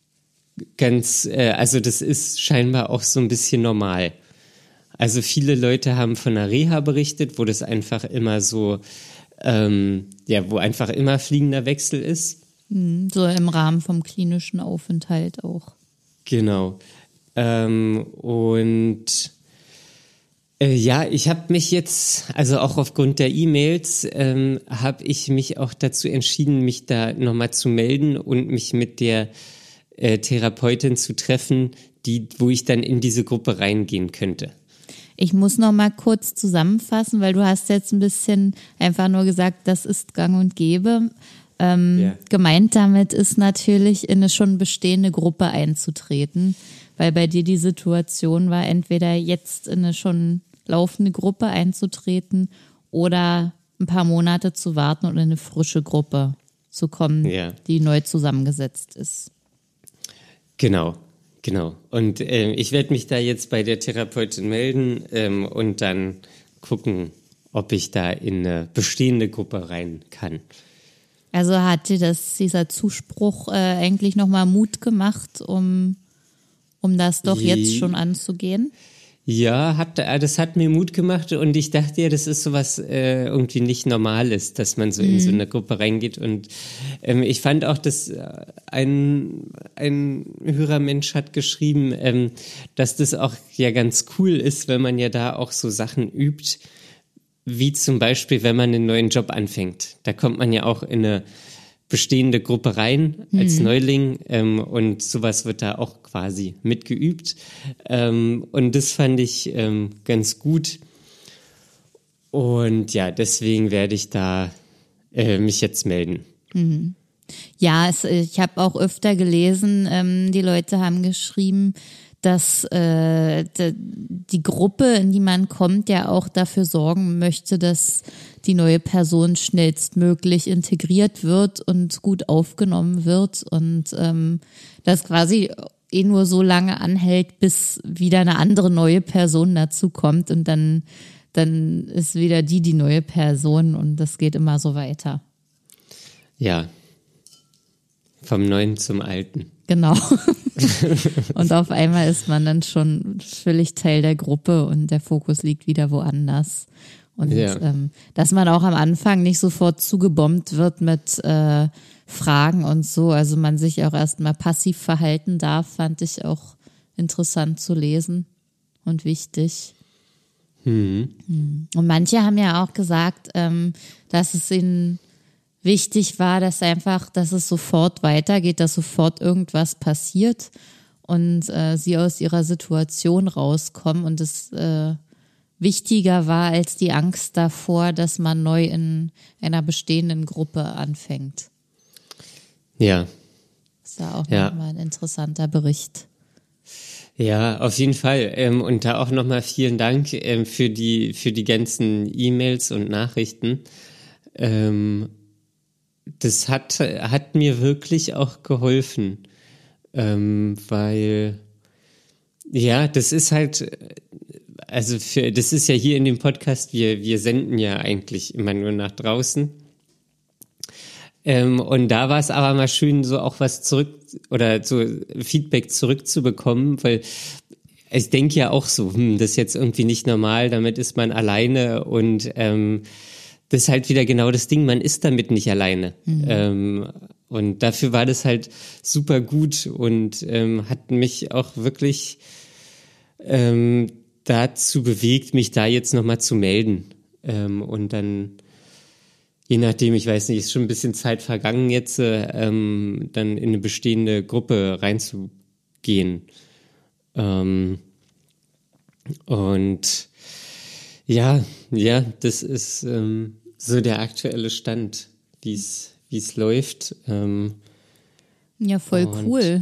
Speaker 1: also das ist scheinbar auch so ein bisschen normal. Also viele Leute haben von einer Reha berichtet, wo das einfach immer so, wo einfach immer fliegender Wechsel ist.
Speaker 2: So im Rahmen vom klinischen Aufenthalt auch.
Speaker 1: Genau. Ich habe mich jetzt, also auch aufgrund der E-Mails, habe ich mich auch dazu entschieden, mich da nochmal zu melden und mich mit der Therapeutin zu treffen, wo ich dann in diese Gruppe reingehen könnte.
Speaker 2: Ich muss noch mal kurz zusammenfassen, weil du hast jetzt ein bisschen einfach nur gesagt, das ist gang und gäbe. Gemeint damit ist natürlich, in eine schon bestehende Gruppe einzutreten, weil bei dir die Situation war, entweder jetzt in eine schon laufende Gruppe einzutreten oder ein paar Monate zu warten und in eine frische Gruppe zu kommen, die neu zusammengesetzt ist.
Speaker 1: Genau. Und ich werde mich da jetzt bei der Therapeutin melden und dann gucken, ob ich da in eine bestehende Gruppe rein kann.
Speaker 2: Also hat dir dieser Zuspruch eigentlich nochmal Mut gemacht, um das doch jetzt schon anzugehen?
Speaker 1: Ja, das hat mir Mut gemacht und ich dachte ja, das ist sowas irgendwie nicht Normales, dass man so in so eine Gruppe reingeht und ich fand auch, dass ein Hörermensch hat geschrieben, dass das auch ja ganz cool ist, wenn man ja da auch so Sachen übt, wie zum Beispiel, wenn man einen neuen Job anfängt. Da kommt man ja auch in eine bestehende Gruppe rein als Neuling und sowas wird da auch quasi mitgeübt. Und das fand ich ganz gut. Und ja, deswegen werde ich da mich jetzt melden.
Speaker 2: Ja, ich habe auch öfter gelesen, die Leute haben geschrieben, dass die Gruppe, in die man kommt, ja auch dafür sorgen möchte, dass die neue Person schnellstmöglich integriert wird und gut aufgenommen wird und das quasi nur so lange anhält, bis wieder eine andere neue Person dazu kommt und dann ist wieder die neue Person und das geht immer so weiter.
Speaker 1: Ja, vom Neuen zum Alten.
Speaker 2: Genau. Und auf einmal ist man dann schon völlig Teil der Gruppe und der Fokus liegt wieder woanders. Und dass man auch am Anfang nicht sofort zugebombt wird mit Fragen und so, also man sich auch erstmal passiv verhalten darf, fand ich auch interessant zu lesen und wichtig. Und manche haben ja auch gesagt, dass es ihnen wichtig war, dass es sofort weitergeht, dass sofort irgendwas passiert und sie aus ihrer Situation rauskommen und es wichtiger war als die Angst davor, dass man neu in einer bestehenden Gruppe anfängt.
Speaker 1: Ja.
Speaker 2: Das ist ja auch nochmal ein interessanter Bericht.
Speaker 1: Ja, auf jeden Fall. Und da auch nochmal vielen Dank für die ganzen E-Mails und Nachrichten. Das hat mir wirklich auch geholfen, weil ja, das ist halt, also das ist ja hier in dem Podcast, wir senden ja eigentlich immer nur nach draußen. Und da war es aber mal schön, so auch was oder so Feedback zurückzubekommen, weil ich denke ja auch so, das ist jetzt irgendwie nicht normal, damit ist man alleine und das ist halt wieder genau das Ding, man ist damit nicht alleine. Und dafür war das halt super gut und hat mich auch wirklich dazu bewegt, mich da jetzt nochmal zu melden. Und dann, je nachdem, ich weiß nicht, ist schon ein bisschen Zeit vergangen jetzt, dann in eine bestehende Gruppe reinzugehen. Und ja, das ist so der aktuelle Stand, wie es läuft.
Speaker 2: Ja, voll cool.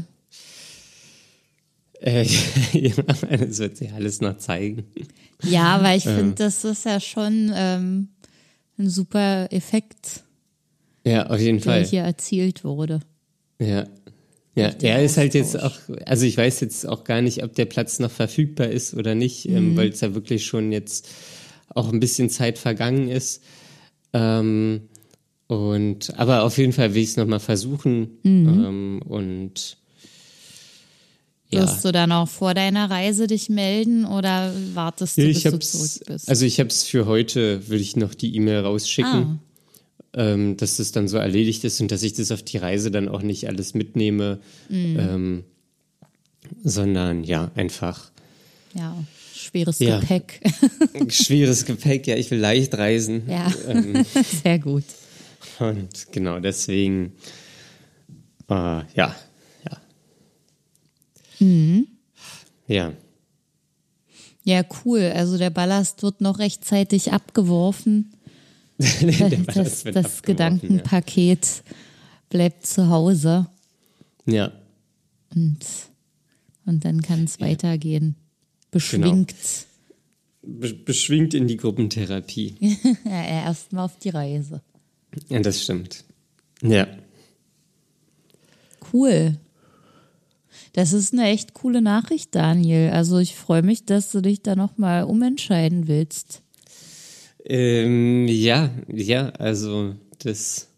Speaker 1: Ja, das wird sich alles noch zeigen.
Speaker 2: Ja, weil ich finde, das ist ja schon ein super Effekt,
Speaker 1: ja, auf jeden Fall,
Speaker 2: der hier erzielt wurde.
Speaker 1: Ja, er ist halt jetzt auch, also ich weiß jetzt auch gar nicht, ob der Platz noch verfügbar ist oder nicht, weil es ja wirklich schon jetzt auch ein bisschen Zeit vergangen ist. Aber auf jeden Fall will ich es nochmal versuchen. Und ja.
Speaker 2: Wirst du dann auch vor deiner Reise dich melden oder wartest du, bis du zurück bist?
Speaker 1: Also ich habe es für heute, will ich noch die E-Mail rausschicken, dass das dann so erledigt ist und dass ich das auf die Reise dann auch nicht alles mitnehme, sondern ja, einfach.
Speaker 2: Ja, schweres Gepäck.
Speaker 1: Schweres Gepäck, ja, ich will leicht reisen.
Speaker 2: Ja, sehr gut.
Speaker 1: Und genau deswegen, ja. Ja.
Speaker 2: Ja, cool. Also der Ballast wird noch rechtzeitig abgeworfen. Das Gedankenpaket bleibt zu Hause.
Speaker 1: Ja.
Speaker 2: Und dann kann es weitergehen. Beschwingt.
Speaker 1: Genau. Beschwingt in die Gruppentherapie.
Speaker 2: Ja, erstmal auf die Reise.
Speaker 1: Ja, das stimmt. Ja.
Speaker 2: Cool. Das ist eine echt coole Nachricht, Daniel. Also ich freue mich, dass du dich da nochmal umentscheiden willst.
Speaker 1: Ja, also das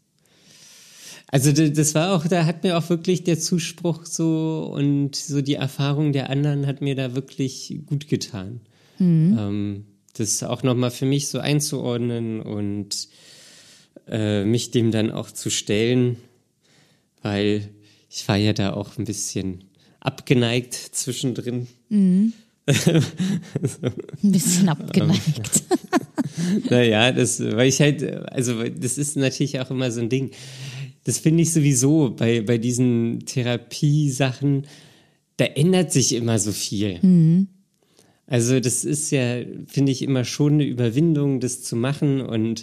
Speaker 1: war auch, da hat mir auch wirklich der Zuspruch so und so die Erfahrung der anderen hat mir da wirklich gut getan. Das auch nochmal für mich so einzuordnen und mich dem dann auch zu stellen, weil ich war ja da auch ein bisschen abgeneigt zwischendrin.
Speaker 2: Ein bisschen abgeneigt.
Speaker 1: Naja, weil ich halt, also das ist natürlich auch immer so ein Ding. Das finde ich sowieso bei diesen Therapiesachen, da ändert sich immer so viel. Also das ist ja, finde ich, immer schon eine Überwindung, das zu machen und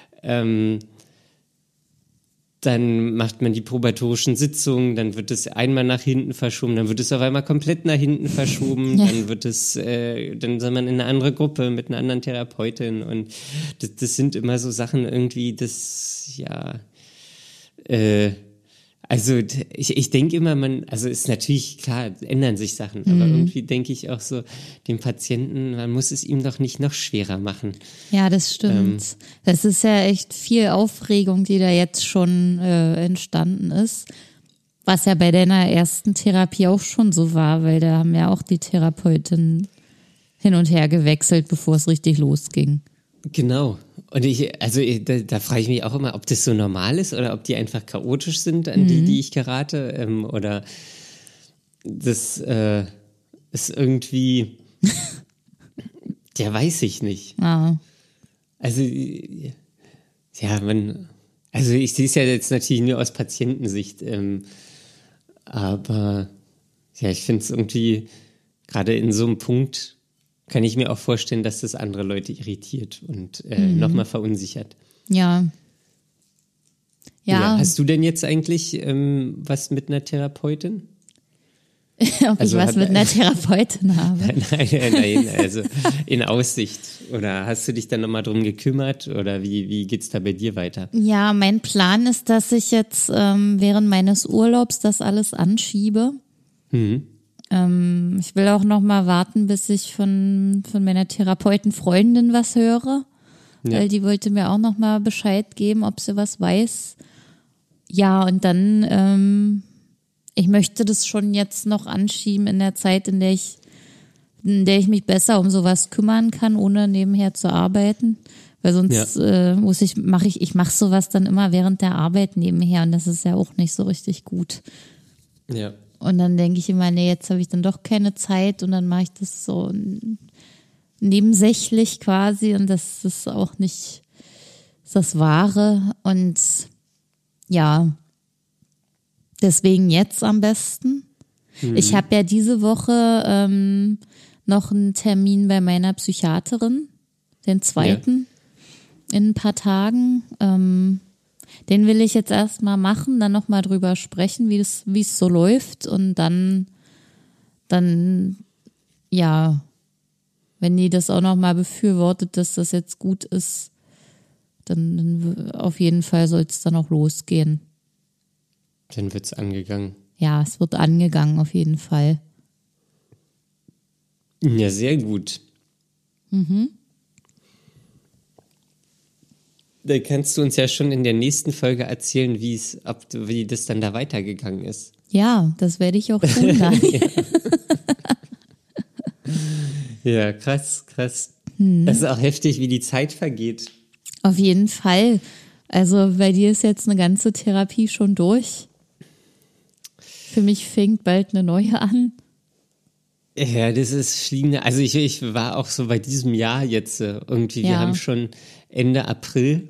Speaker 1: dann macht man die probatorischen Sitzungen, dann wird es einmal nach hinten verschoben, dann wird es auf einmal komplett nach hinten verschoben, dann wird es, dann soll man in eine andere Gruppe mit einer anderen Therapeutin und das sind immer so Sachen irgendwie, also ich denke immer, also ist natürlich klar, ändern sich Sachen, aber irgendwie denke ich auch so, dem Patienten, man muss es ihm doch nicht noch schwerer machen.
Speaker 2: Ja, das stimmt. Das ist ja echt viel Aufregung, die da jetzt schon entstanden ist. Was ja bei deiner ersten Therapie auch schon so war, weil da haben ja auch die Therapeutin hin und her gewechselt, bevor es richtig losging.
Speaker 1: Genau. Und da frage ich mich auch immer, ob das so normal ist oder ob die einfach chaotisch sind, an die ich gerate, oder das ist irgendwie, ja, weiß ich nicht.
Speaker 2: Ah.
Speaker 1: Also, ja, also ich sehe es ja jetzt natürlich nur aus Patientensicht, aber ja, ich finde es irgendwie, gerade in so einem Punkt, kann ich mir auch vorstellen, dass das andere Leute irritiert und nochmal verunsichert.
Speaker 2: Ja.
Speaker 1: Hast du denn jetzt eigentlich was mit einer Therapeutin?
Speaker 2: Ob ich was mit einer Therapeutin habe?
Speaker 1: Nein, also in Aussicht. Oder hast du dich dann nochmal drum gekümmert? Oder wie geht's da bei dir weiter?
Speaker 2: Ja, mein Plan ist, dass ich jetzt während meines Urlaubs das alles anschiebe. Ich will auch noch mal warten, bis ich von meiner Therapeutenfreundin was höre, weil die wollte mir auch noch mal Bescheid geben, ob sie was weiß. Ja, und dann, ich möchte das schon jetzt noch anschieben in der Zeit, in der ich mich besser um sowas kümmern kann, ohne nebenher zu arbeiten. Weil sonst ich mache sowas dann immer während der Arbeit nebenher und das ist ja auch nicht so richtig gut.
Speaker 1: Ja.
Speaker 2: Und dann denke ich immer, nee, jetzt habe ich dann doch keine Zeit und dann mache ich das so nebensächlich quasi und das ist auch nicht das Wahre. Und ja, deswegen jetzt am besten. Ich habe ja diese Woche noch einen Termin bei meiner Psychiaterin, den 2. in ein paar Tagen. Den will ich jetzt erstmal machen, dann nochmal drüber sprechen, wie es so läuft und dann, ja, wenn die das auch nochmal befürwortet, dass das jetzt gut ist, dann auf jeden Fall soll es dann auch losgehen.
Speaker 1: Dann wird's angegangen.
Speaker 2: Ja, es wird angegangen, auf jeden Fall.
Speaker 1: Ja, sehr gut. Da kannst du uns ja schon in der nächsten Folge erzählen, wie das dann da weitergegangen ist.
Speaker 2: Ja, das werde ich auch tun, Daniel.
Speaker 1: Ja, krass. Das ist auch heftig, wie die Zeit vergeht.
Speaker 2: Auf jeden Fall. Also bei dir ist jetzt eine ganze Therapie schon durch. Für mich fängt bald eine neue an.
Speaker 1: Ja, das ist schlimm. Also ich war auch so bei diesem Jahr jetzt irgendwie, wir haben schon Ende April.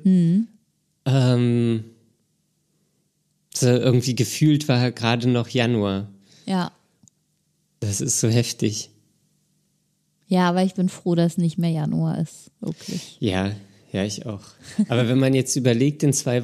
Speaker 1: So irgendwie gefühlt war gerade noch Januar.
Speaker 2: Ja.
Speaker 1: Das ist so heftig.
Speaker 2: Ja, aber ich bin froh, dass nicht mehr Januar ist, wirklich.
Speaker 1: Ja, ich auch. Aber wenn man jetzt überlegt, in 2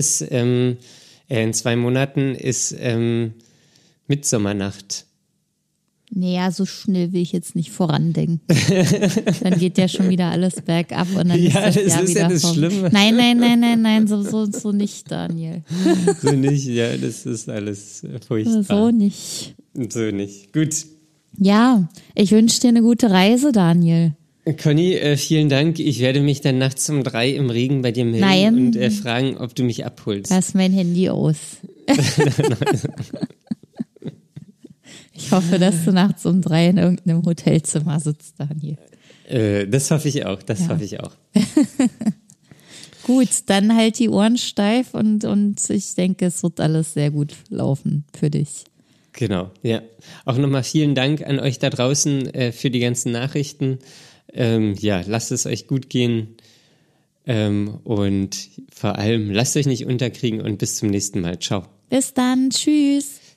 Speaker 1: Monaten ist Mitsommernacht.
Speaker 2: Naja, so schnell will ich jetzt nicht vorandenken. Dann geht ja schon wieder alles bergab und dann ist das Jahr
Speaker 1: ist
Speaker 2: wieder
Speaker 1: ja das Schlimme.
Speaker 2: Nein, so nicht, Daniel.
Speaker 1: So nicht, ja, das ist alles furchtbar.
Speaker 2: So nicht.
Speaker 1: So nicht. Gut.
Speaker 2: Ja, ich wünsche dir eine gute Reise, Daniel.
Speaker 1: Conny, vielen Dank. Ich werde mich dann nachts um 3 im Regen bei dir melden und fragen, ob du mich abholst.
Speaker 2: Lass mein Handy aus. Ich hoffe, dass du nachts um 3 in irgendeinem Hotelzimmer sitzt, Daniel.
Speaker 1: Das hoffe ich auch, hoffe ich auch.
Speaker 2: Gut, dann halt die Ohren steif und ich denke, es wird alles sehr gut laufen für dich.
Speaker 1: Genau, ja. Auch nochmal vielen Dank an euch da draußen für die ganzen Nachrichten. Lasst es euch gut gehen und vor allem lasst euch nicht unterkriegen und bis zum nächsten Mal. Ciao.
Speaker 2: Bis dann, tschüss.